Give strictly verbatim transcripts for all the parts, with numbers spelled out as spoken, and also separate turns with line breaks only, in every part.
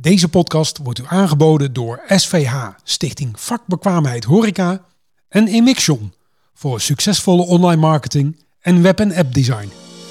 Deze podcast wordt u aangeboden door S V H, Stichting Vakbekwaamheid Horeca, en Emixion voor succesvolle online marketing en web- en appdesign.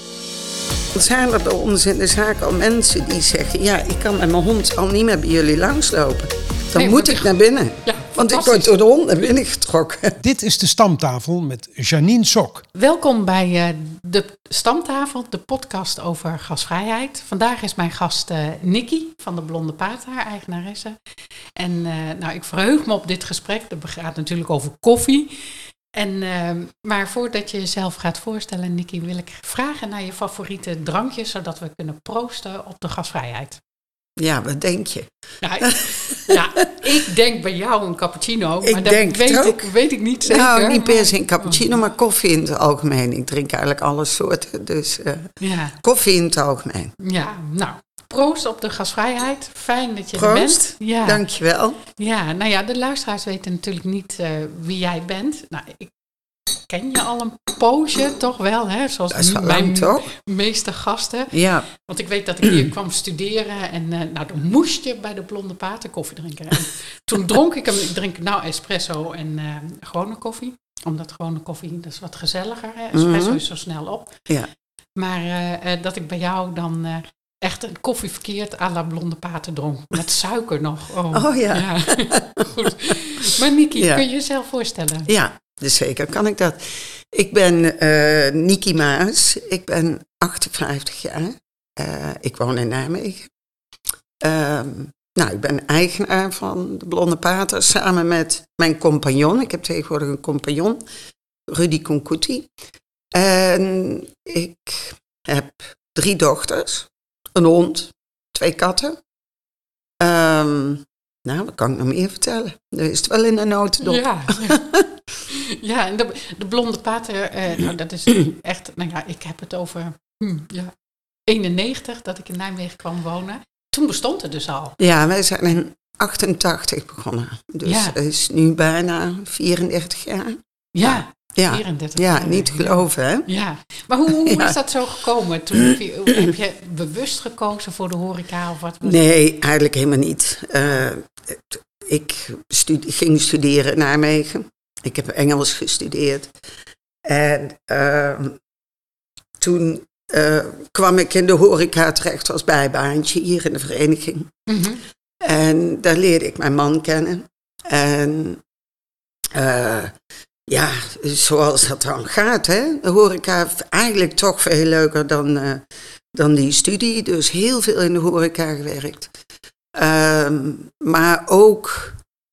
Zijn er bij ons in de zaak al mensen die zeggen, ja, ik kan met mijn hond al niet meer bij jullie langslopen. Dan nee, moet ik naar binnen. Ja, want ik word door de hond naar binnen getrokken.
Dit is de Stamtafel met Janine Sok.
Welkom bij uh, de Stamtafel, de podcast over gasvrijheid. Vandaag is mijn gast uh, Nikki van de Blonde Pater, haar eigenaresse. En uh, nou, ik verheug me op dit gesprek. Dat gaat natuurlijk over koffie. En, uh, maar voordat je jezelf gaat voorstellen, Nikki, wil ik vragen naar je favoriete drankjes, zodat we kunnen proosten op de gasvrijheid.
Ja, wat denk je?
Nou, ja, ik denk bij jou een cappuccino,
ik
maar dat
denk
weet,
het ook.
Ik, weet ik niet zeker.
Nou, niet per se een cappuccino, maar koffie in het algemeen. Ik drink eigenlijk alle soorten, dus uh, ja. koffie in het algemeen.
Ja, nou, proost op de gasvrijheid. Fijn dat je
proost,
er bent. Ja.
Dankjewel.
Ja, nou ja, de luisteraars weten natuurlijk niet uh, wie jij bent. Nou, ik ken je al een poosje, toch wel, hè? Zoals
dat is wel
mijn
lang, toch?
meeste gasten.
Ja.
Want ik weet dat ik hier kwam studeren en uh, nou, dan moest je bij de Blonde Pater koffie drinken. En toen dronk ik hem, ik drink nou espresso en uh, gewone koffie. Omdat gewone koffie, dat is wat gezelliger, hè? Espresso mm-hmm. is zo snel op.
Ja.
Maar uh, uh, dat ik bij jou dan uh, echt een koffie verkeerd à la Blonde Pater dronk. Met suiker nog. Oh,
oh ja.
ja. Goed. Maar Nikki, ja. kun je jezelf voorstellen?
Ja, dus zeker kan ik dat. Ik ben uh, Nikki Maas. Ik ben achtenvijftig jaar. Uh, ik woon in Nijmegen. Uh, nou, ik ben eigenaar van de Blonde Pater samen met mijn compagnon. Ik heb tegenwoordig een compagnon, Rudy Concuti. En ik heb drie dochters, een hond, twee katten. Um, nou, wat kan ik nog meer vertellen? Dat is het wel in een notendop.
Ja, ja. Ja, en de, de Blonde Pater, eh, nou, dat is echt, nou ja, ik heb het over hm, ja, eenennegentig dat ik in Nijmegen kwam wonen. Toen bestond het dus al.
Ja, wij zijn in achtentachtig begonnen. Dus
ja.
het is nu bijna vierendertig jaar.
Ja,
ja.
vierendertig
ja,
jaar.
niet te geloven, hè?
Ja, maar hoe, hoe
ja.
is dat zo gekomen? Toen heb je, heb je bewust gekozen voor de horeca of wat?
Nee, eigenlijk helemaal niet. Uh, ik studi- ging studeren in Nijmegen. Ik heb Engels gestudeerd. En uh, toen uh, kwam ik in de horeca terecht als bijbaantje hier in de vereniging.
Mm-hmm.
En daar leerde ik mijn man kennen. En uh, ja, zoals dat dan gaat, hè. De horeca eigenlijk toch veel leuker dan, uh, dan die studie. Dus heel veel in de horeca gewerkt. Uh, maar ook...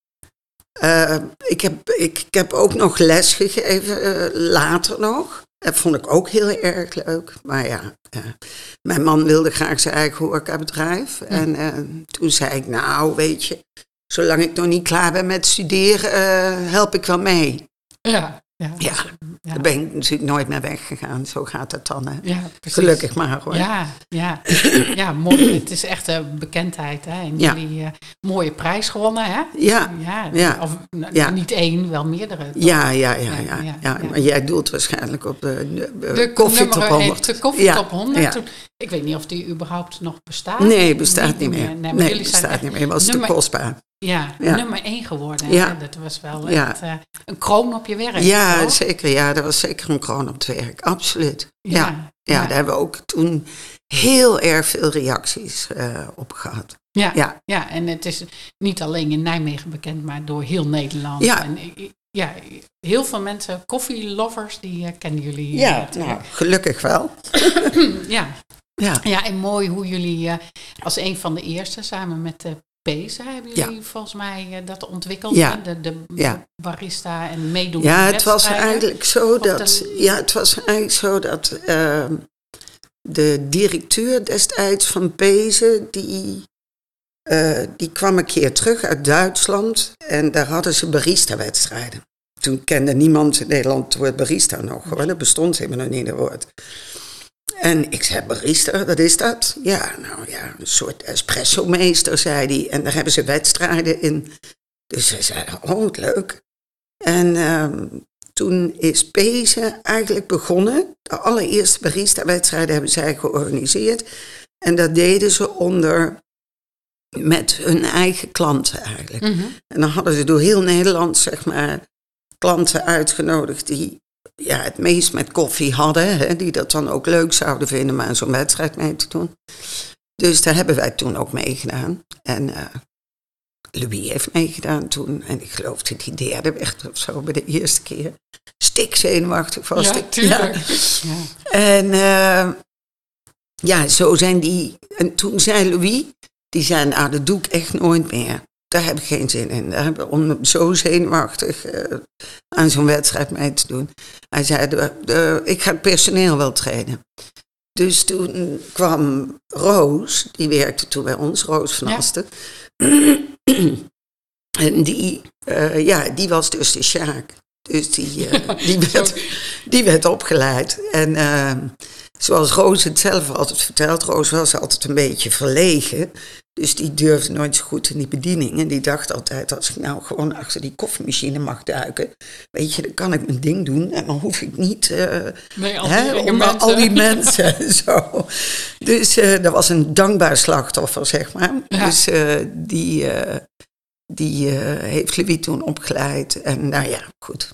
Uh, ik, heb, ik, ik heb ook nog les gegeven, uh, later nog. Dat vond ik ook heel erg leuk. Maar ja, uh, mijn man wilde graag zijn eigen horecabedrijf. Ja. En uh, toen zei ik, nou weet je, zolang ik nog niet klaar ben met studeren, uh, help ik wel mee.
Ja, ja,
ja. Ja. Daar ben ik natuurlijk nooit meer weggegaan. Zo gaat het dan. Hè.
Ja,
gelukkig maar hoor.
Ja, ja. ja mooi. Het is echt een bekendheid. Hè. En ja. jullie uh, mooie prijs gewonnen. Hè?
Ja.
Ja,
ja.
Of nou,
ja.
niet één, wel meerdere.
Ja, ja, ja, ja, ja, ja. ja. Maar jij doelt waarschijnlijk op de, de, de, de koffietop honderd.
De koffietop honderd. Ja. Toen, ik weet niet of die überhaupt nog bestaat.
Nee, bestaat niet, niet meer.
Nee,
nee bestaat niet meer. Het was nummer, te kostbaar.
Ja, ja, nummer één geworden.
Ja.
Dat was wel
ja.
echt, uh, een kroon op je werk.
Ja,
toch?
zeker. Ja, dat was zeker een kroon op het werk. Absoluut. Ja, ja. ja.
ja.
daar hebben we ook toen heel erg veel reacties uh, op gehad.
Ja, ja. ja, en het is niet alleen in Nijmegen bekend, maar door heel Nederland.
Ja.
En, ja, heel veel mensen, koffielovers, die uh, kennen jullie.
Ja, uh, nou, gelukkig wel.
ja.
Ja.
ja, en mooi hoe jullie uh, als een van de eerste samen met de Peza hebben jullie ja. volgens mij uh, dat ontwikkeld.
Ja.
De, de
ja.
barista en meedoen.
Ja, het was eigenlijk zo dat.
de...
Ja, het was eigenlijk zo dat uh, de directeur destijds van Peza, die, uh, die kwam een keer terug uit Duitsland en daar hadden ze barista-wedstrijden. Toen kende niemand in Nederland het woord barista nog, hoor. Dat bestond helemaal nog niet, dat woord. En ik zei, barista, wat is dat? Ja, nou ja, een soort espresso-meester, zei hij. En daar hebben ze wedstrijden in. Dus ze zeiden, oh, wat leuk. En um, toen is Peza eigenlijk begonnen. De allereerste barista-wedstrijden hebben zij georganiseerd. En dat deden ze onder met hun eigen klanten eigenlijk.
Mm-hmm.
En dan hadden ze door heel Nederland, zeg maar, klanten uitgenodigd die ja, het meest met koffie hadden. Hè, die dat dan ook leuk zouden vinden om aan zo'n wedstrijd mee te doen. Dus daar hebben wij toen ook meegedaan. En uh, Louis heeft meegedaan toen. En ik geloof dat hij derde werd of zo bij de eerste keer. Stikzenuwachtig was
Ja,
ik.
tuurlijk.
Ja.
Ja.
En uh, ja, zo zijn die... En toen zei Louis, die zei, nou, dat doe ik echt nooit meer. Daar heb ik geen zin in. Daar heb ik, om zo zenuwachtig uh, aan zo'n wedstrijd mee te doen. Hij zei, de, de, ik ga het personeel wel trainen. Dus toen kwam Roos, die werkte toen bij ons, Roos van Asten. Ja. En die, uh, ja, die was dus de Sjaak. Dus die, uh, die, werd, die werd opgeleid. En uh, zoals Roos het zelf altijd vertelt, Roos was altijd een beetje verlegen. Dus die durfde nooit zo goed in die bediening. En die dacht altijd, als ik nou gewoon achter die koffiemachine mag duiken, weet je, dan kan ik mijn ding doen. En dan hoef ik niet uh,
nee, al
hè, onder mensen. al die mensen. Zo. Dus uh, dat was een dankbaar slachtoffer, zeg maar. Ja. Dus uh, die, uh, die uh, heeft Louis toen opgeleid. En nou ja, goed.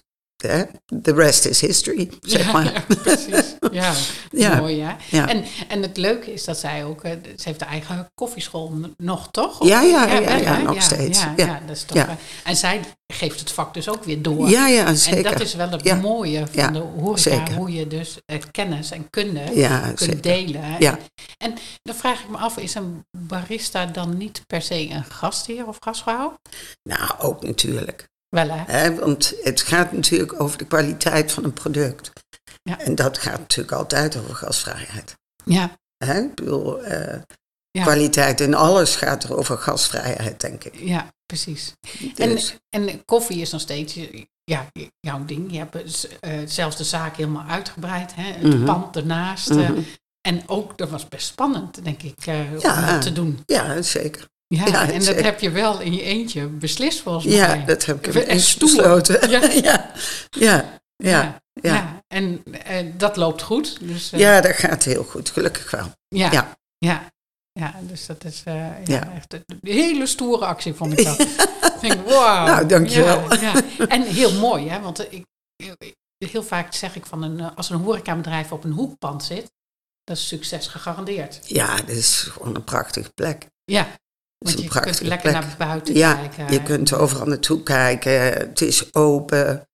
The rest is history, zeg
ja,
maar.
Ja, precies. Ja,
ja.
mooi, ja. ja. En, en het leuke is dat zij ook... Ze heeft de eigen koffieschool nog, toch?
Ja, ja, ja, ja, ja, nog
ja,
steeds.
Ja,
ja.
ja, dat is toch,
ja.
En zij geeft het vak dus ook weer door.
Ja, ja, zeker.
En dat is wel het
ja.
mooie van
ja,
de horeca.
zeker.
Hoe je dus kennis en kunde
ja,
kunt
zeker.
delen.
Ja.
En dan vraag ik me af, is een barista dan niet per se een gastheer of gastvrouw?
Nou, ook natuurlijk.
Wel, hè?
He, want het gaat natuurlijk over de kwaliteit van een product.
Ja.
En dat gaat natuurlijk altijd over gastvrijheid.
Ja.
He, ik bedoel, uh,
ja.
kwaliteit in alles gaat er over gastvrijheid, denk ik.
Ja, precies.
Dus.
En, en koffie is nog steeds ja, jouw ding. Je hebt uh, zelfs de zaak helemaal uitgebreid. Hè? Het mm-hmm. pand ernaast. Mm-hmm. Uh, en ook, dat was best spannend, denk ik, uh,
ja.
om dat te doen.
Ja, zeker.
Ja,
ja,
en
zeker.
dat heb je wel in je eentje beslist volgens mij.
Ja, dat heb ik
echt stoer
besloten.
Ja.
ja. Ja. Ja.
Ja.
Ja.
ja. En uh, dat loopt goed. Dus, uh,
ja, dat gaat heel goed, gelukkig wel.
Ja,
ja.
ja. ja dus dat is uh, ja,
ja.
echt een hele stoere actie, vond ik dat. Ik denk, wow.
Nou, dankjewel.
Ja, ja. En heel mooi, hè, want ik, heel vaak zeg ik van een, als een horecabedrijf op een hoekpand zit, dat is succes gegarandeerd.
Ja, dat is gewoon een prachtige plek.
Ja. Want je kunt lekker
plek.
naar buiten
ja,
kijken.
Je kunt overal naartoe kijken. Het is open.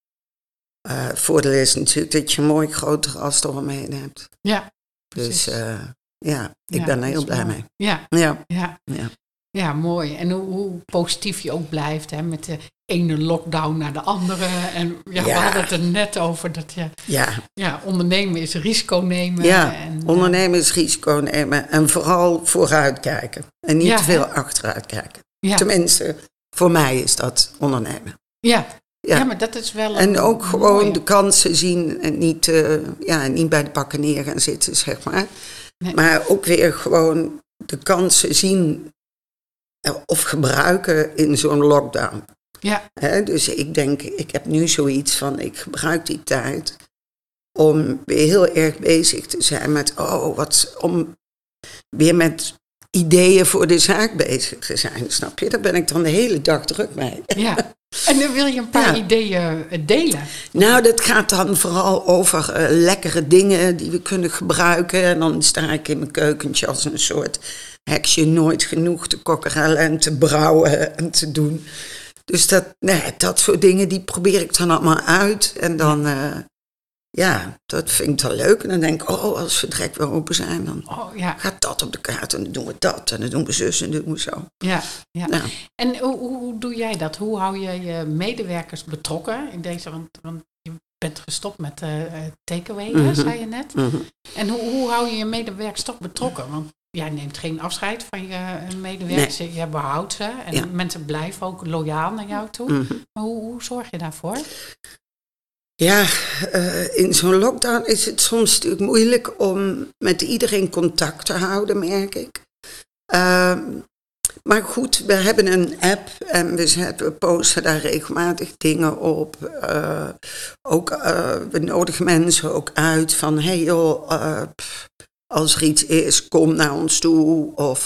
Uh, het voordeel is natuurlijk dat je een mooi groot terras eromheen hebt.
Ja,
precies. Dus uh, ja, ik
ja,
ben er heel blij
mooi.
mee.
Ja,
ja.
ja.
ja.
ja mooi. En hoe, hoe positief je ook blijft, hè, met de ene lockdown naar de andere. En ja, ja. we hadden het er net over dat je...
Ja.
Ja, ondernemen is risico nemen.
Ja,
en,
ondernemen is risico nemen. En vooral vooruitkijken. En niet
ja,
te veel
hè?
achteruit kijken.
Ja.
Tenminste, voor mij is dat ondernemen.
Ja, ja.
ja
maar dat is wel...
En ook
mooie.
gewoon de kansen zien en niet, uh, ja, niet bij de pakken neer gaan zitten, zeg maar. Nee. Maar ook weer gewoon de kansen zien of gebruiken in zo'n lockdown.
Ja.
He, dus ik denk, ik heb nu zoiets van, ik gebruik die tijd om weer heel erg bezig te zijn met, oh, wat, om weer met ideeën voor de zaak bezig te zijn, snap je? Daar ben ik dan de hele dag druk mee.
Ja. En dan wil je een paar ja. ideeën delen?
Nou, dat gaat dan vooral over uh, lekkere dingen die we kunnen gebruiken. En dan sta ik in mijn keukentje als een soort heksje, nooit genoeg te kokkerellen en te brouwen en te doen. Dus dat, nee, dat soort dingen, die probeer ik dan allemaal uit. En dan, uh, ja, dat vind ik dan leuk. En dan denk ik, oh, als we direct weer open zijn, dan
oh, ja.
gaat dat op de kaart. En dan doen we dat, en dan doen we zus en dan doen we zo.
Ja, ja.
Nou.
En hoe, hoe doe jij dat? Hoe hou je je medewerkers betrokken in deze, want, want je bent gestopt met uh, takeaway, mm-hmm. zei je net. Mm-hmm. En hoe, hoe hou je je medewerkers toch betrokken? Want jij neemt geen afscheid van je medewerkers, nee. je behoudt ze. En ja. mensen blijven ook loyaal naar jou toe. Mm-hmm. Maar hoe, hoe zorg je daarvoor?
Ja, uh, in zo'n lockdown is het soms natuurlijk moeilijk om met iedereen contact te houden, merk ik. Uh, maar goed, we hebben een app en we, zetten, we posten daar regelmatig dingen op. Uh, ook, uh, we nodigen mensen ook uit van, hey joh, uh, pff, als er iets is, kom naar ons toe. Of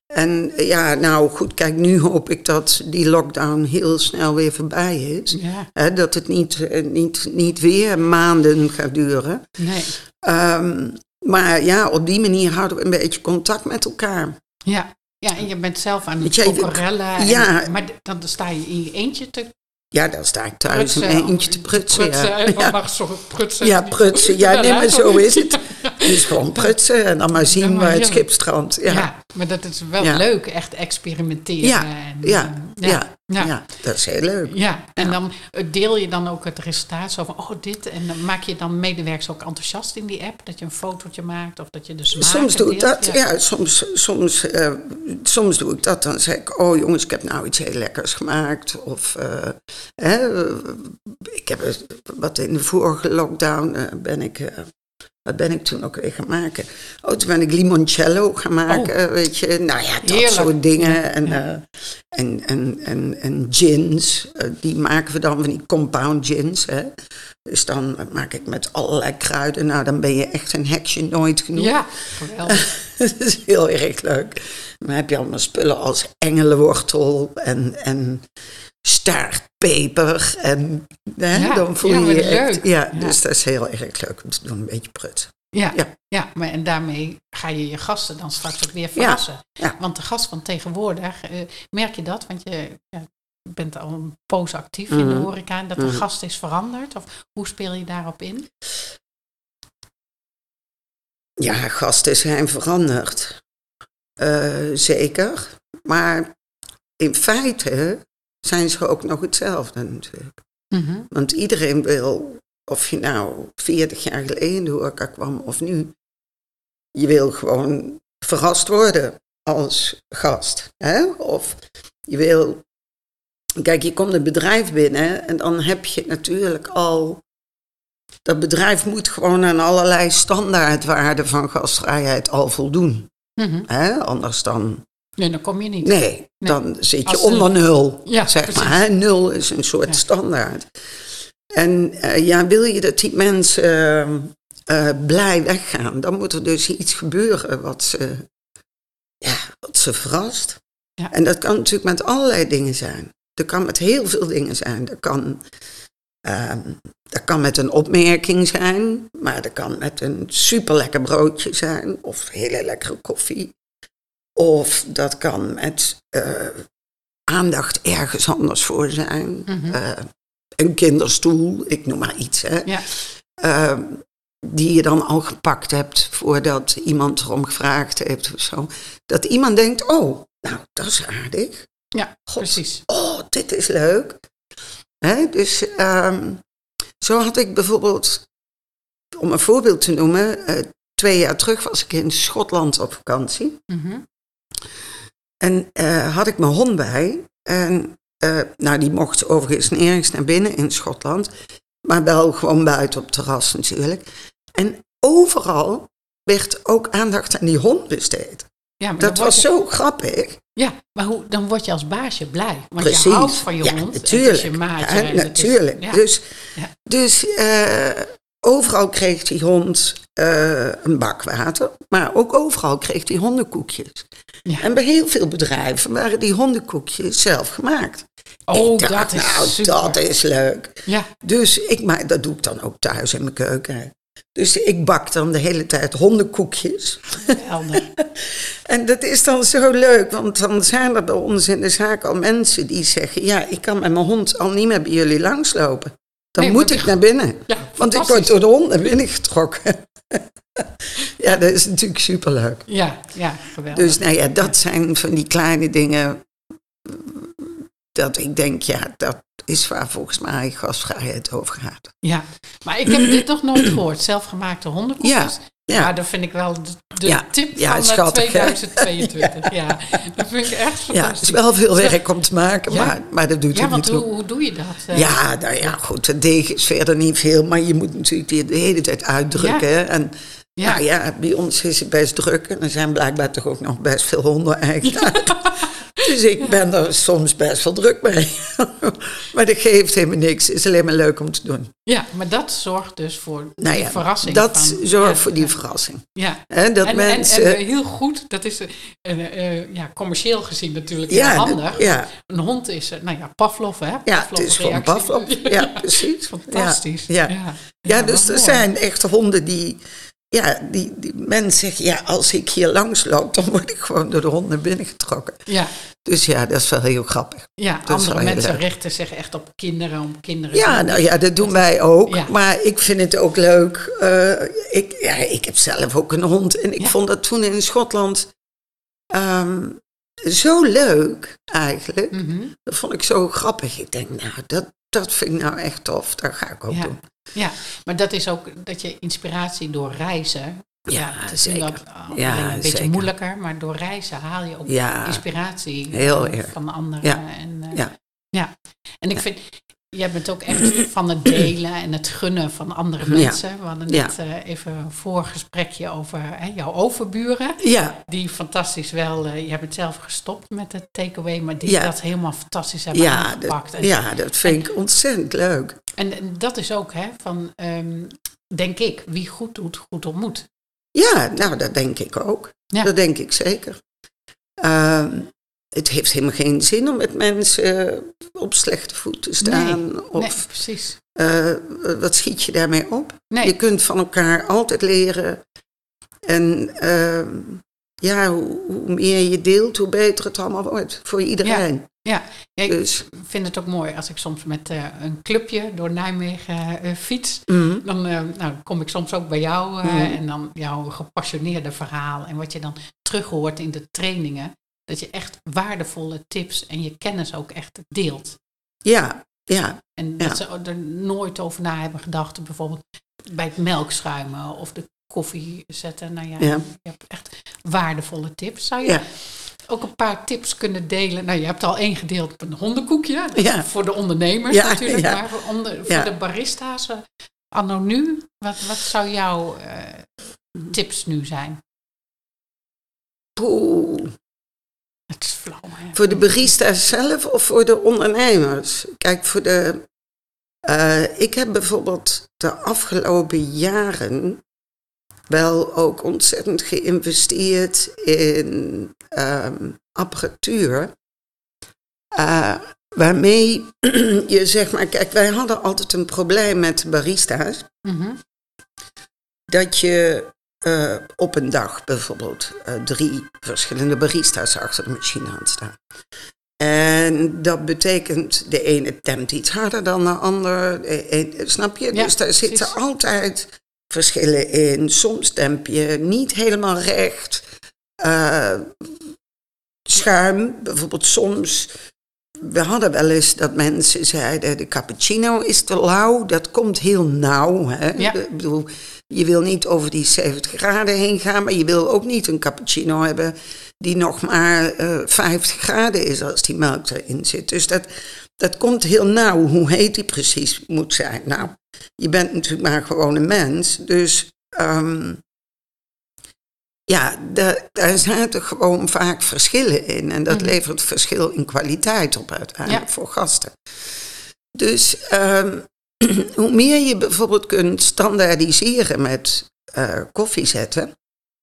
En ja, nou goed, kijk, nu hoop ik dat die lockdown heel snel weer voorbij is.
Ja.
Hè, dat het niet, niet, niet weer maanden gaat duren.
Nee.
Um, maar ja, op die manier houden we een beetje contact met elkaar.
Ja, ja en je bent zelf aan het
Weet je,
kokerellen.
ja.
En, maar dan sta je in je eentje te
Ja, dan sta ik thuis
prutsen.
een eentje te prutsen.
prutsen
ja.
ja.
Ja.
Mag zo prutsen.
Ja, prutsen. Ja, nee, maar zo is het. Dus gewoon prutsen en dan maar zien
Ja, maar
waar het
heerlijk.
schip strandt. Ja.
Ja, maar dat is wel
Ja.
leuk, echt experimenteren.
Ja,
en,
ja,
ja,
ja,
ja.
ja, dat is heel leuk.
Ja, en
Ja.
dan deel je dan ook het resultaat zo van, oh dit, en dan maak je dan medewerkers ook enthousiast in die app, dat je een fotootje maakt of dat je de smaken
Soms doe ik
deelt?
dat, ja, soms, soms, uh, soms doe ik dat. Dan zeg ik, oh jongens, ik heb nou iets heel lekkers gemaakt. Of, uh, hè, ik heb het- wat in de vorige lockdown uh, ben ik... Uh, Wat ben ik toen ook weer gaan maken? Oh, toen ben ik limoncello gaan maken,
Oh.
weet je. Nou ja, dat
Heerlijk.
soort dingen. En,
Ja.
uh, en, en, en, en gins, uh, die maken we dan van die compound gins, hè. Dus dan maak ik met allerlei kruiden. Nou, dan ben je echt een heksje nooit genoeg.
Ja, geweldig.
Dat is heel erg leuk. Dan heb je allemaal spullen als engelenwortel en, en staartpeper. En hè,
Ja,
dan voel
ja,
je
maar
je
leuk.
echt... Ja,
Ja.
dus dat is heel erg leuk om te doen, een beetje prut.
Ja, ja.
Ja.
maar en daarmee ga je je gasten dan straks ook weer verrassen.
ja.
Want de gast van tegenwoordig, eh, merk je dat? Want je ja, bent al een poos actief in de
Mhm.
horeca. Dat de
Mhm.
gast is veranderd? Of hoe speel je daarop in?
Ja, gasten zijn veranderd. Uh, zeker. Maar in feite zijn ze ook nog hetzelfde natuurlijk.
Mhm.
Want iedereen wil, of je nou veertig jaar geleden in de horeca kwam of nu, je wil gewoon verrast worden als gast. Hè? Of je wil, kijk, je komt een bedrijf binnen en dan heb je natuurlijk al, dat bedrijf moet gewoon aan allerlei standaardwaarden van gastvrijheid al voldoen.
Mhm.
Hè? Anders dan,
Nee, dan kom je niet.
nee, dan zit je
Als
onder
de-
nul,
Ja,
zeg
precies.
maar. Hè? Nul is een soort
Ja.
standaard. En uh, ja, wil je dat die mensen uh, uh, blij weggaan, dan moet er dus iets gebeuren wat ze, ja, wat ze verrast.
Ja.
En dat kan natuurlijk met allerlei dingen zijn. Dat kan met heel veel dingen zijn. Dat kan, uh, dat kan met een opmerking zijn, maar dat kan met een superlekker broodje zijn of hele lekkere koffie. Of dat kan met uh, aandacht ergens anders voor zijn.
Mhm.
Uh, een kinderstoel, ik noem maar iets. Hè.
Ja.
Uh, die je dan al gepakt hebt voordat iemand erom gevraagd heeft of zo. Dat iemand denkt, oh, nou, dat is aardig.
Ja,
God,
precies.
oh, dit is leuk. Hè, dus um, zo had ik bijvoorbeeld, om een voorbeeld te noemen, uh, twee jaar terug was ik in Schotland op vakantie.
Mhm.
En uh, had ik mijn hond bij. En uh, nou, die mocht overigens nergens naar binnen in Schotland. Maar wel gewoon buiten op het terras natuurlijk. En overal werd ook aandacht aan die hond besteed.
Ja, maar
Dat
dan word
was
je,
zo grappig.
Ja, maar hoe, dan word je als baasje blij. Want
Precies.
je houdt van je
ja,
hond.
Natuurlijk.
Het is je maatje.
Ja,
en het is-
natuurlijk.
ja.
Dus,
Ja.
dus uh, overal kreeg die hond uh, een bak water. Maar ook overal kreeg die hondenkoekjes.
Ja.
En bij heel veel bedrijven waren die hondenkoekjes zelf gemaakt.
Oh,
Ik dacht,
dat is
nou,
super.
dat is leuk.
Ja,
Dus ik maak, dat doe ik dan ook thuis in mijn keuken. Dus ik bak dan de hele tijd hondenkoekjes.
geweldig.
En dat is dan zo leuk, want dan zijn er bij ons in de zaak al mensen die zeggen, ja, ik kan met mijn hond al niet meer bij jullie langslopen. Dan
Nee,
moet
want-
ik naar binnen.
Ja,
Want ik
fantastisch.
word door de hond naar binnen getrokken. Ja, dat is natuurlijk superleuk.
Ja, ja, geweldig.
Dus nou ja, dat zijn van die kleine dingen dat ik denk, ja, dat is waar volgens mij gastvrijheid over gaat.
Ja, maar ik heb dit nog nooit gehoord. Zelfgemaakte hondenkoekjes.
Ja, ja.
Ja, dat vind ik wel de, de
Ja,
tip
ja,
van
schattig, hè?
tweeduizend tweeëntwintig. Ja, dat vind ik echt
Ja, het
fantastisch.
is wel veel werk om te maken,
Ja.
maar, maar dat doet
Ja,
er
want
niet
hoe,
toe.
hoe doe je dat? Eh,
Ja, nou ja, goed, het deeg is verder niet veel, maar je moet natuurlijk die de hele tijd uitdrukken.
Ja.
hè. En
Ja.
nou ja, bij ons is het best druk en er zijn blijkbaar toch ook nog best veel honden-eigenaren. Dus ik ben er soms best wel druk mee. Maar dat geeft helemaal niks. Het is alleen maar leuk om te doen.
Ja, maar dat zorgt dus voor
Nou
die
ja,
verrassing.
dat
van,
zorgt
ja,
voor die
ja.
verrassing.
Ja.
He, dat
En,
mensen,
en, en heel goed, dat is uh, uh, ja, commercieel gezien natuurlijk heel
ja,
handig.
Ja,
Een hond is, uh, nou ja, Pavlov, hè?
ja
Pavlov
het is gewoon
reactie.
Pavlov. Ja, precies.
Fantastisch.
Ja,
Ja,
ja.
ja.
ja dus
wat
er
mooi.
zijn echt honden die... Ja, die, die mensen zeggen, ja, als ik hier langs loop, dan word ik gewoon door de honden binnengetrokken.
Ja,
Dus ja, dat is wel heel grappig.
ja
Dat is
andere
wel heel
mensen
leuk.
richten zich echt op kinderen, om kinderen.
Ja, nou ja, dat doen wij ook.
Ja.
Maar ik vind het ook leuk. Uh, ik, ja, ik heb zelf ook een hond. En ik
Ja.
vond dat toen in Schotland um, zo leuk, eigenlijk.
Mm-hmm.
Dat vond ik zo grappig. Ik denk, nou, dat, dat vind ik nou echt tof. Dat ga ik ook
Ja.
doen.
Ja, maar dat is ook dat je inspiratie door reizen.
Ja,
het is
zeker.
Dat, uh,
Ja,
een beetje
zeker.
moeilijker, maar door reizen haal je ook
Ja,
inspiratie
heel
uh,
erg.
van anderen.
Ja.
En, uh,
Ja.
ja. En ik vind, jij bent ook echt van het delen en het gunnen van andere mensen. We hadden net
Ja.
uh, even een voorgesprekje over hè, jouw overburen.
Ja,
Die fantastisch wel, uh, je hebt het zelf gestopt met het takeaway, maar die
Ja.
dat helemaal fantastisch hebben
ja,
aangepakt.
dat,
En,
ja, dat vind ik ontzettend leuk.
en, en dat is ook, hè, van, um, denk ik, wie goed doet, goed ontmoet.
Ja, nou, dat denk ik ook.
Ja.
Dat denk ik zeker. Um, het heeft helemaal geen zin om met mensen op slechte voet te staan.
Nee,
of,
nee, precies.
Uh, wat schiet je daarmee op?
Nee.
Je kunt van elkaar altijd leren. En uh, ja, hoe, hoe meer je deelt, hoe beter het allemaal wordt. Voor iedereen.
Ja. Ja, ja, ik
Dus,
vind het ook mooi als ik soms met uh, een clubje door Nijmegen uh, fiets.
mm,
Dan uh, nou, kom ik soms ook bij jou uh,
Mm.
en dan jouw gepassioneerde verhaal. En wat je dan terug hoort in de trainingen. Dat je echt waardevolle tips en je kennis ook echt deelt.
ja, ja,
En
Ja.
dat ze er nooit over na hebben gedacht. Bijvoorbeeld bij het melkschuimen of de koffie zetten. Nou ja,
Ja.
je hebt echt waardevolle tips. Zou je
ja.
ook een paar tips kunnen delen? Nou, je hebt al één gedeeld op een hondenkoekje. Dat
Ja.
is voor de ondernemers
Ja,
natuurlijk.
ja.
Maar voor, onder, voor
Ja.
de barista's, uh, anno nu, wat, wat zou jouw uh, tips nu zijn?
Poeh.
Het is flauw, hè?
Voor de barista's zelf of voor de ondernemers? Kijk, voor de... Uh, ik heb bijvoorbeeld de afgelopen jaren wel ook ontzettend geïnvesteerd in um, apparatuur. Uh, waarmee je zeg maar... Kijk, wij hadden altijd een probleem met de barista's.
Mm-hmm.
Dat je uh, op een dag bijvoorbeeld uh, drie verschillende barista's achter de machine had staan. En dat betekent, de ene temt iets harder dan de ander, de een, snap je?
Ja,
dus daar zitten
precies.
altijd verschillen in. Soms temp je niet helemaal recht. Uh, schuim, bijvoorbeeld soms... We hadden wel eens dat mensen zeiden, de cappuccino is te lauw. Dat komt heel nauw. Hè?
Ja.
Ik bedoel, je wil niet over die zeventig graden heen gaan, maar je wil ook niet een cappuccino hebben die nog maar uh, vijftig graden is als die melk erin zit. Dus dat, dat komt heel nauw. Hoe heet die precies moet zijn? Nou, je bent natuurlijk maar gewoon een mens. Dus um, ja, de, daar zaten gewoon vaak verschillen in. En dat
Mm-hmm.
levert verschil in kwaliteit op uiteindelijk
Ja.
voor gasten. Dus um, hoe meer je bijvoorbeeld kunt standaardiseren met uh, koffiezetten,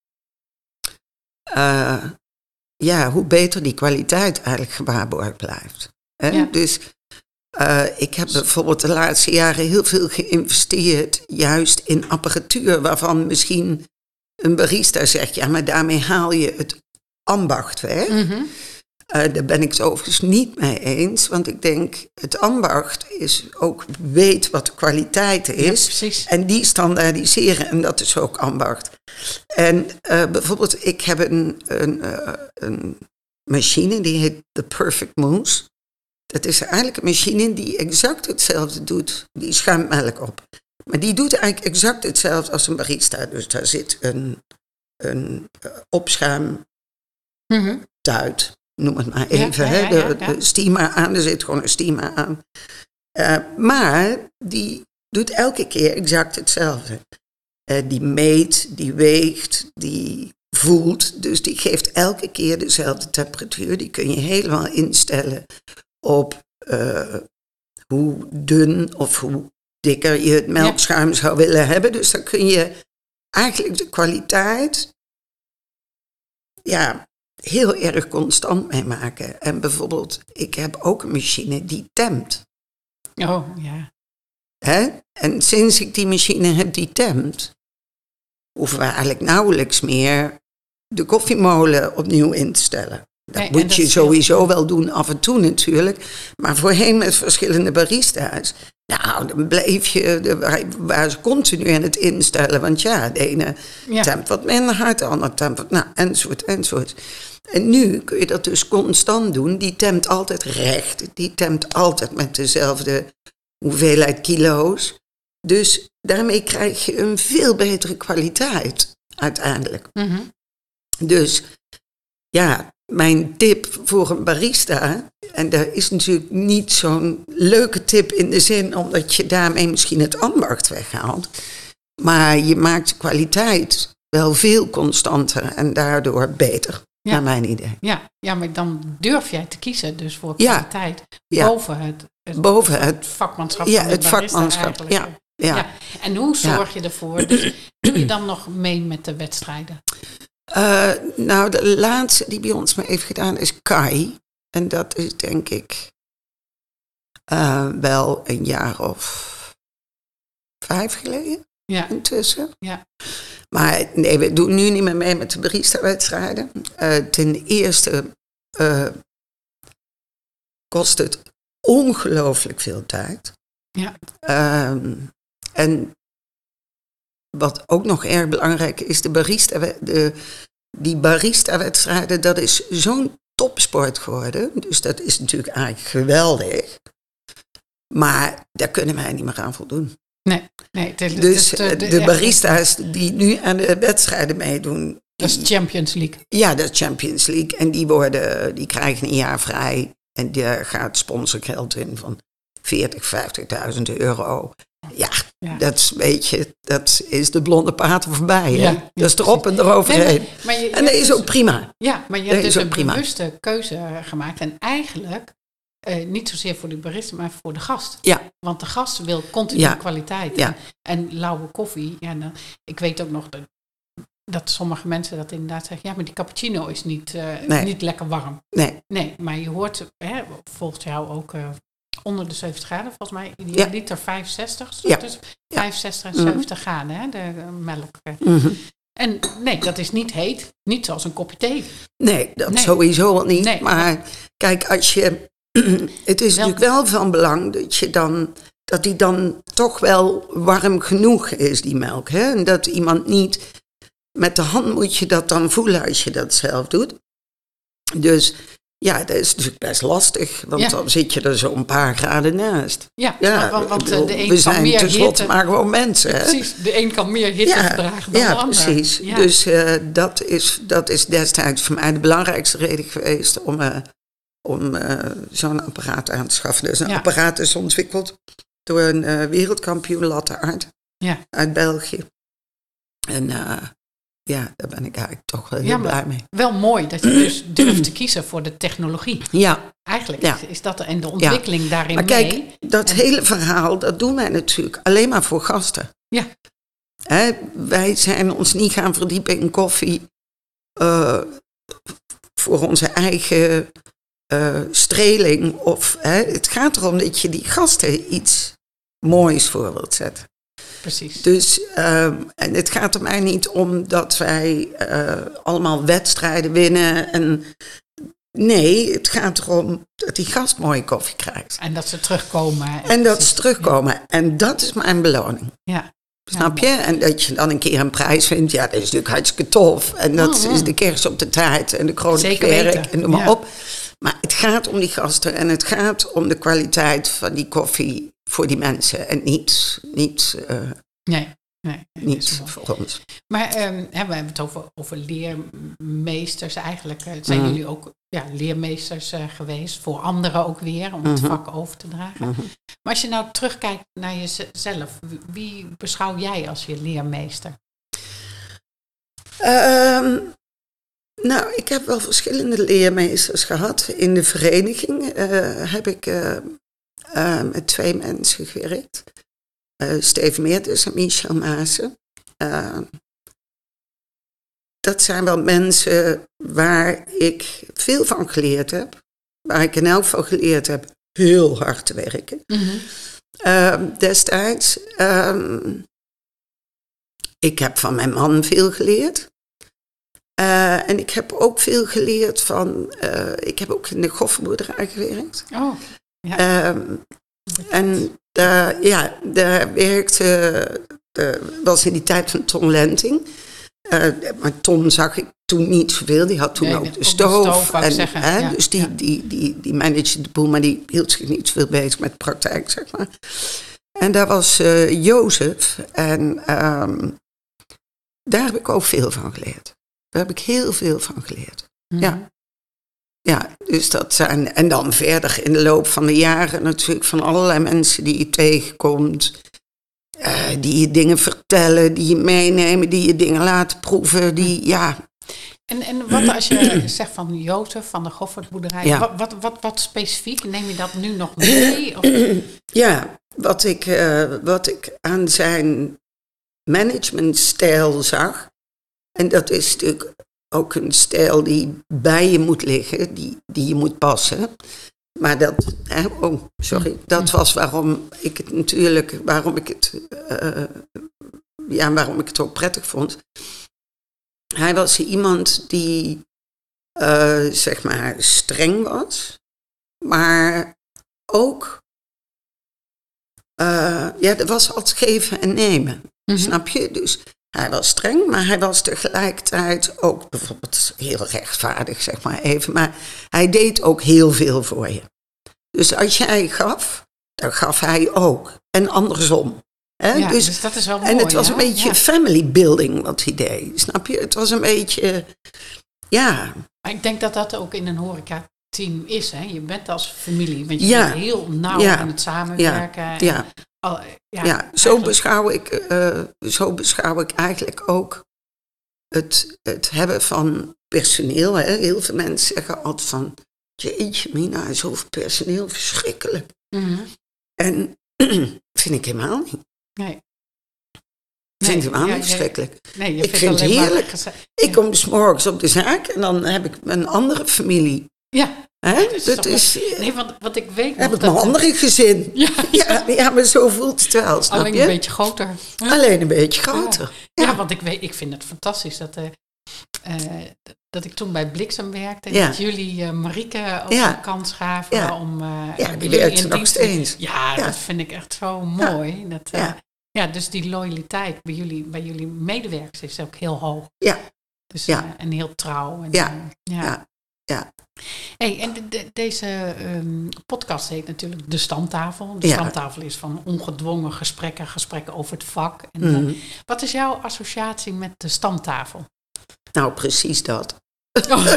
uh, ja, hoe beter die kwaliteit eigenlijk gewaarborgd blijft. Hè?
Ja.
Dus uh, ik heb bijvoorbeeld de laatste jaren heel veel geïnvesteerd juist in apparatuur waarvan misschien een barista zegt, ja, maar daarmee haal je het ambacht weg.
Mm-hmm.
Uh, daar ben ik het overigens niet mee eens, want ik denk, het ambacht is ook weet wat de kwaliteit is.
Ja, precies.
En die standaardiseren, en dat is ook ambacht. En uh, bijvoorbeeld, ik heb een, een, uh, een machine, die heet The Perfect Mousse. Dat is eigenlijk een machine die exact hetzelfde doet. Die schuimt melk op. Maar die doet eigenlijk exact hetzelfde als een barista. Dus daar zit een, een uh, opschuimtuit,
Mm-hmm.
noem het maar
Ja,
even.
ja,
hè,
ja,
de,
ja, ja.
de steamer aan, er zit gewoon een steamer aan. Uh, maar die doet elke keer exact hetzelfde. Uh, die meet, die weegt, die voelt. Dus die geeft elke keer dezelfde temperatuur. Die kun je helemaal instellen op uh, hoe dun of hoe dikker je het melkschuim ja. zou willen hebben. Dus dan kun je eigenlijk de kwaliteit ja, heel erg constant mee maken. En bijvoorbeeld, ik heb ook een machine die tempt.
Oh, ja.
Hè? En sinds ik die machine heb die tempt, hoeven we eigenlijk nauwelijks meer de koffiemolen opnieuw in te stellen. Dat nee, moet dat je sowieso heel... wel doen af en toe natuurlijk. Maar voorheen met verschillende barista's. Nou, dan bleef je, de, waren ze continu aan het instellen. Want ja, de ene ja. tempt wat minder hard, de andere tempt wat, nou, enzovoort, enzovoort. En nu kun je dat dus constant doen. Die tempt altijd recht. Die tempt altijd met dezelfde hoeveelheid kilo's. Dus daarmee krijg je een veel betere kwaliteit uiteindelijk.
Mm-hmm.
Dus ja, mijn tip voor een barista, en daar is natuurlijk niet zo'n leuke tip in de zin, omdat je daarmee misschien het ambacht weghaalt, maar je maakt de kwaliteit wel veel constanter en daardoor beter, ja. naar mijn idee.
Ja, ja, maar dan durf jij te kiezen dus voor kwaliteit
ja.
boven het, het,
boven het,
het vakmanschap
ja,
van de
het vakmanschap, ja, ja.
ja. En hoe zorg je ervoor? Dus doe je dan nog mee met de wedstrijden?
Uh, nou, de laatste die bij ons mee heeft gedaan is Kai. En dat is denk ik uh, wel een jaar of vijf geleden.
Ja.
Intussen.
Ja.
Maar nee, we doen nu niet meer mee met de barista-wedstrijden. Uh, ten eerste uh, kost het ongelooflijk veel tijd.
Ja.
Uh, en wat ook nog erg belangrijk is, de barista, de, die barista-wedstrijden, dat is zo'n topsport geworden. Dus dat is natuurlijk eigenlijk geweldig. Maar daar kunnen wij niet meer aan voldoen.
Nee, nee. Het is,
dus
het is de,
de,
de,
de barista's die nu aan de wedstrijden meedoen.
Dat is Champions League.
Ja, dat is Champions League. En die, worden, die krijgen een jaar vrij. En daar gaat sponsorgeld in van veertig, vijftigduizend euro. Ja, ja, dat is, weet je, dat is de blonde paten voorbij. Hè? Ja, dat is erop en eroverheen. Nee, maar je, je en dat is dus, ook prima.
Ja, maar je hebt dus een prima. bewuste keuze gemaakt. En eigenlijk uh, niet zozeer voor de barista, maar voor de gast.
Ja.
Want de gast wil continu ja. kwaliteit.
Ja.
En, en lauwe koffie. Ja, dan, ik weet ook nog dat, dat sommige mensen dat inderdaad zeggen. Ja, maar die cappuccino is niet, uh, nee. niet lekker warm.
Nee.
Nee, maar je hoort, hè, volgens jou ook... Uh, onder de zeventig graden, volgens mij, ideaal ja. liter vijfenzestig.
Ja.
Dus vijfenzestig en zeventig mm-hmm. graden, hè, de melk.
Mm-hmm.
En nee, dat is niet heet. Niet zoals een kopje thee.
Nee, dat nee. sowieso wel niet. Nee. Maar kijk, als je... het is wel, natuurlijk wel van belang dat je dan... dat die dan toch wel warm genoeg is, die melk. Hè? En dat iemand niet... met de hand moet je dat dan voelen als je dat zelf doet. Dus... ja, dat is natuurlijk best lastig, want ja. dan zit je er zo een paar graden naast.
Ja, ja want, want bedoel, de een
we
kan
zijn
meer
tenslotte
hitte.
maar gewoon mensen.
Ja, precies, de een kan meer hitte
ja,
verdragen dan
ja,
de ander.
Precies. Ja, precies. Dus uh, dat, is, dat is destijds voor mij de belangrijkste reden geweest om, uh, om uh, zo'n apparaat aan te schaffen. Dus een ja. apparaat is ontwikkeld door een uh, wereldkampioen latte art
ja.
uit België. En... Uh, ja, daar ben ik eigenlijk toch wel heel
ja,
blij mee.
Wel mooi dat je dus durft te kiezen voor de technologie.
Ja.
Eigenlijk
ja.
is dat en de ontwikkeling ja. daarin
maar kijk,
mee.
dat en... hele verhaal, dat doen wij natuurlijk alleen maar voor gasten.
Ja.
Hè, wij zijn ons niet gaan verdiepen in koffie uh, voor onze eigen uh, streling. Of, hè, het gaat erom dat je die gasten iets moois voor wilt zetten.
Precies.
Dus uh, en het gaat er mij niet om dat wij uh, allemaal wedstrijden winnen. En nee, het gaat erom dat die gast mooie koffie krijgt.
En dat ze terugkomen.
En, en dat ze terugkomen. Ja. En dat is mijn beloning.
Ja.
Snap je? En dat je dan een keer een prijs vindt, ja, dat is natuurlijk hartstikke tof. En dat oh, is de kers op de taart en de kroon werk en noem maar ja. op. Maar het gaat om die gasten en het gaat om de kwaliteit van die koffie voor die mensen en niet, niet, uh,
nee, nee,
niet voor ons.
Maar um, we hebben het over, over leermeesters eigenlijk. Uh, zijn mm. jullie ook ja, leermeesters uh, geweest, voor anderen ook weer, om mm-hmm. het vak over te dragen. Mm-hmm. Maar als je nou terugkijkt naar jezelf, wie, wie beschouw jij als je leermeester?
Um, Nou, ik heb wel verschillende leermeesters gehad. In de vereniging uh, heb ik uh, uh, met twee mensen gewerkt. Uh, Steven Meertens en Michel Maassen. Uh, dat zijn wel mensen waar ik veel van geleerd heb. Waar ik in elk geval geleerd heb heel hard te werken. Mm-hmm. Uh, destijds. Uh, ik heb van mijn man veel geleerd. Uh, en ik heb ook veel geleerd van... Uh, ik heb ook in de gofferboerderij gewerkt. Oh, ja. Um, en uh, ja, daar werkte... Uh, was in die tijd van Ton Lenting. Uh, maar Ton zag ik toen niet zoveel. Die had toen nee, ook de stoof. De stoof en, zeggen, hè, ja, dus die, ja. die, die, die managede de boel, maar die hield zich niet zoveel bezig met de praktijk, zeg maar. En daar was uh, Jozef. En um, daar heb ik ook veel van geleerd. Daar heb ik heel veel van geleerd. Mm-hmm. Ja. Ja, dus dat zijn... En dan verder in de loop van de jaren natuurlijk van allerlei mensen die je tegenkomt. Uh, die je dingen vertellen, die je meenemen, die je dingen laten proeven. Die, ja.
En, en wat als je zegt van Jozef, van de Goffertboerderij, ja. wat, wat, wat, wat specifiek? Neem je dat nu nog mee? Of?
Ja, wat ik, uh, wat ik aan zijn managementstijl zag... En dat is natuurlijk ook een stijl die bij je moet liggen, die, die je moet passen. Maar dat, hè, oh, sorry, dat was waarom ik het natuurlijk, waarom ik het, uh, ja, waarom ik het ook prettig vond. Hij was iemand die, uh, zeg maar, streng was, maar ook, uh, ja, er was altijd geven en nemen, mm-hmm. Snap je? Dus hij was streng, maar hij was tegelijkertijd ook bijvoorbeeld heel rechtvaardig, zeg maar even. Maar hij deed ook heel veel voor je. Dus als jij gaf, dan gaf hij ook. En andersom. Hè?
Ja, dus, dus dat is wel mooi.
En het was
ja?
een beetje
ja.
family building wat hij deed. Snap je? Het was een beetje, ja.
Maar ik denk dat dat ook in een horeca-team is. Hè? Je bent als familie, want je
ja.
bent heel nauw
ja.
aan het samenwerken.
Ja,
en,
ja.
Al, ja,
ja zo, beschouw ik, uh, zo beschouw ik eigenlijk ook het, het hebben van personeel. Hè. Heel veel mensen zeggen altijd van, jeetje Mina, zoveel personeel, verschrikkelijk. Mm-hmm. En vind ik helemaal niet. Nee. Ik vind het helemaal ja, niet verschrikkelijk.
Nee, je
ik vind het heerlijk. Geze- ik kom dus morgens op de zaak en dan heb ik mijn andere familie.
Ja.
Hè? Dat, dat is,
is, nee, want wat ik weet
heb
nog
ik mijn andere gezin.
Ja,
ja, ja, maar zo voelt het wel, snap
Alleen
je?
een beetje groter.
Huh? Alleen een beetje groter.
Ja, ja. ja want ik, weet, ik vind het fantastisch dat, uh, uh, dat ik toen bij Bliksem werkte. En
ja.
dat jullie uh, Marieke ook
ja.
een kans gaven
ja.
om... Uh,
ja, die werkt nog steeds.
Ja, ja, dat vind ik echt zo mooi.
Ja.
Dat, uh, ja. ja, dus die loyaliteit bij jullie, bij jullie medewerkers is ook heel hoog.
Ja.
Dus,
ja.
Uh, en heel trouw. En,
ja.
Uh, ja.
ja. Ja.
Hey, en de, de, deze um, podcast heet natuurlijk De Stamtafel. De
ja.
Stamtafel is van ongedwongen gesprekken, gesprekken over het vak. En, mm-hmm. uh, wat is jouw associatie met de stamtafel?
Nou, precies dat. Oh.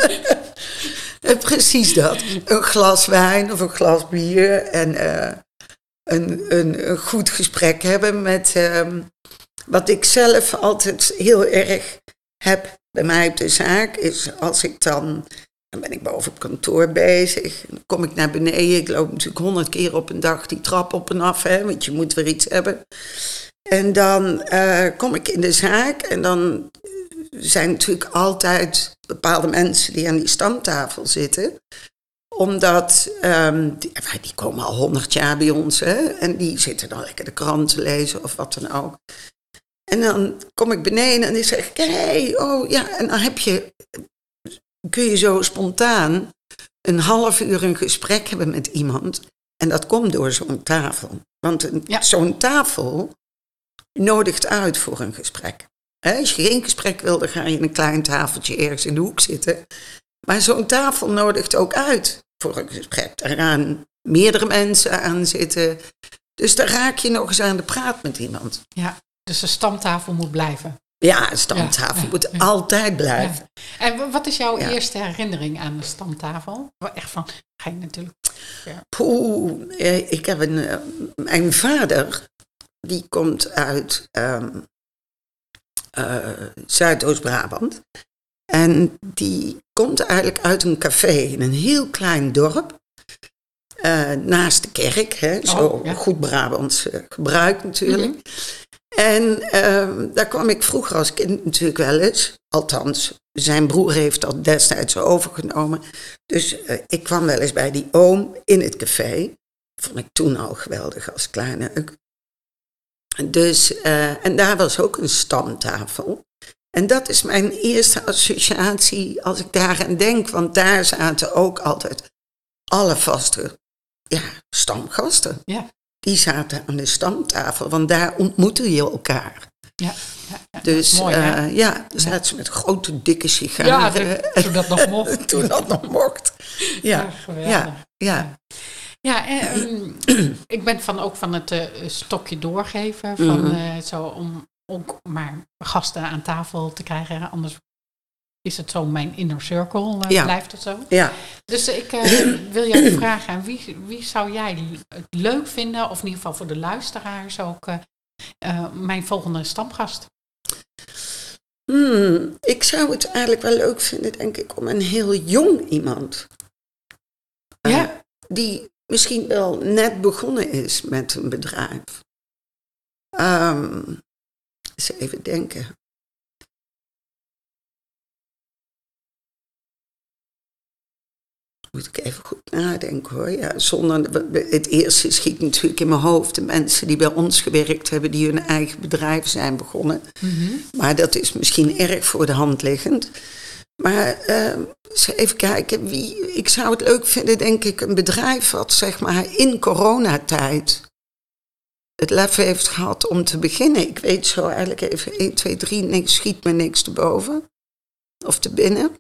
Precies dat. Een glas wijn of een glas bier en uh, een, een, een goed gesprek hebben met um, wat ik zelf altijd heel erg heb bij mij op de zaak is als ik dan, dan ben ik boven op kantoor bezig, dan kom ik naar beneden, ik loop natuurlijk honderd keer op een dag die trap op en af, hè, want je moet weer iets hebben. En dan uh, kom ik in de zaak en dan zijn natuurlijk altijd bepaalde mensen die aan die stamtafel zitten, omdat um, die, die komen al honderd jaar bij ons, hè, en die zitten dan lekker de krant te lezen of wat dan ook. En dan kom ik beneden en dan zeg ik, hé, hey, oh ja, en dan heb je, kun je zo spontaan een half uur een gesprek hebben met iemand. En dat komt door zo'n tafel. Want een, ja. zo'n tafel nodigt uit voor een gesprek. He, als je geen gesprek wil, dan ga je in een klein tafeltje ergens in de hoek zitten. Maar zo'n tafel nodigt ook uit voor een gesprek. Daar gaan meerdere mensen aan zitten. Dus dan raak je nog eens aan de praat met iemand.
Ja. Dus de stamtafel moet blijven.
Ja, de stamtafel ja, moet ja. altijd blijven.
Ja. En wat is jouw
ja.
eerste herinnering aan de stamtafel? Echt van, ga je natuurlijk... Ja.
Poeh, ik heb een... Uh, mijn vader, die komt uit um, uh, Zuidoost-Brabant. En die komt eigenlijk uit een café in een heel klein dorp. Uh, naast de kerk, hè, oh, zo ja. goed Brabants uh, gebruik natuurlijk. Mm-hmm. En uh, daar kwam ik vroeger als kind natuurlijk wel eens. Althans, zijn broer heeft dat destijds overgenomen. Dus uh, ik kwam wel eens bij die oom in het café. Vond ik toen al geweldig als kleine uk. Dus, uh, en daar was ook een stamtafel. En dat is mijn eerste associatie als ik daaraan denk. Want daar zaten ook altijd alle vaste ja, stamgasten. Ja. Die zaten aan de stamtafel, want daar ontmoette je elkaar. Ja, ja, ja. Dus mooi, uh, ja, zaten ze met grote dikke sigaren.
Ja, de, toen dat nog mocht.
toen dat nog mocht. Ja,
ja geweldig. Ja, ja. ja en, um, ik ben van, ook van het uh, stokje doorgeven. Van, mm-hmm. uh, zo om ook maar gasten aan tafel te krijgen. Anders is het zo mijn inner circle, uh, ja. blijft het zo. Ja. Dus ik uh, wil jou vragen, wie, wie zou jij het leuk vinden, of in ieder geval voor de luisteraars ook, uh, uh, mijn volgende stamgast?
Hmm, ik zou het eigenlijk wel leuk vinden, denk ik, om een heel jong iemand. Uh, ja. Die misschien wel net begonnen is met een bedrijf. Um, eens even denken. Moet ik even goed nadenken hoor. Ja, zonder, het eerste schiet natuurlijk in mijn hoofd. De mensen die bij ons gewerkt hebben, die hun eigen bedrijf zijn begonnen. Mm-hmm. Maar dat is misschien erg voor de hand liggend. Maar uh, even kijken, wie, ik zou het leuk vinden, denk ik, een bedrijf wat zeg maar in coronatijd het lef heeft gehad om te beginnen. Ik weet zo eigenlijk even één, twee, drie, niks, schiet me niks te boven. Of te binnen.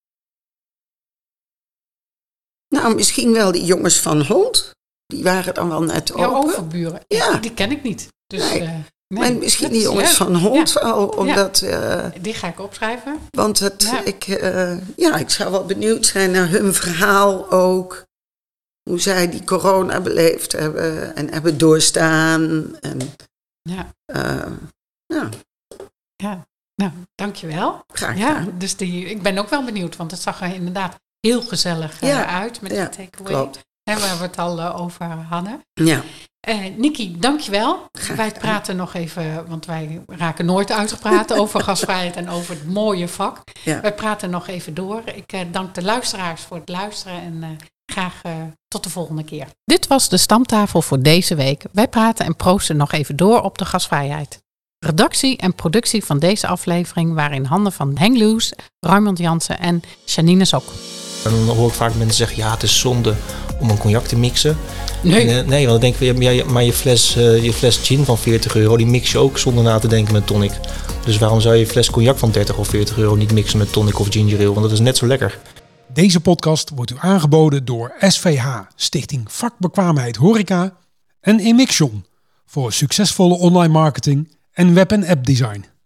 Nou, misschien wel die jongens van Hond. Die waren dan wel net open.
Ja, overburen. Ja. Die ken ik niet. Dus, nee. Uh, nee.
Maar misschien die jongens van Hond ja. wel. Omdat,
ja. uh, die ga ik opschrijven.
Want het, ja. Ik, uh, ja, ik zou wel benieuwd zijn naar hun verhaal ook. Hoe zij die corona beleefd hebben. En hebben doorstaan. En,
ja.
Uh, ja.
Ja, nou, dankjewel.
Graag gedaan.
Ja, dus die, ik ben ook wel benieuwd. Want het zag er inderdaad heel gezellig uh, ja. uit met ja, die takeaway. En waar we het al uh, over hadden.
Ja.
Uh, Nikki, dankjewel. Graag wij praten nog even, want wij raken nooit uitgepraat over gasvrijheid en over het mooie vak. Ja. Wij praten nog even door. Ik uh, dank de luisteraars voor het luisteren en uh, graag uh, tot de volgende keer. Dit was de stamtafel voor deze week. Wij praten en proosten nog even door op de gasvrijheid. Redactie en productie van deze aflevering waren in handen van Henk Loes, Raymond Jansen en Janine Sok.
En dan hoor ik vaak mensen zeggen, ja, het is zonde om een cognac te mixen.
Nee.
En, uh, nee, want dan denk ik, ja, maar je fles, uh, je fles gin van veertig euro, die mix je ook zonder na te denken met tonic. Dus waarom zou je fles cognac van dertig of veertig euro niet mixen met tonic of ginger ale? Want dat is net zo lekker.
Deze podcast wordt u aangeboden door S V H, Stichting Vakbekwaamheid Horeca, en Emixion voor succesvolle online marketing en web- en app design.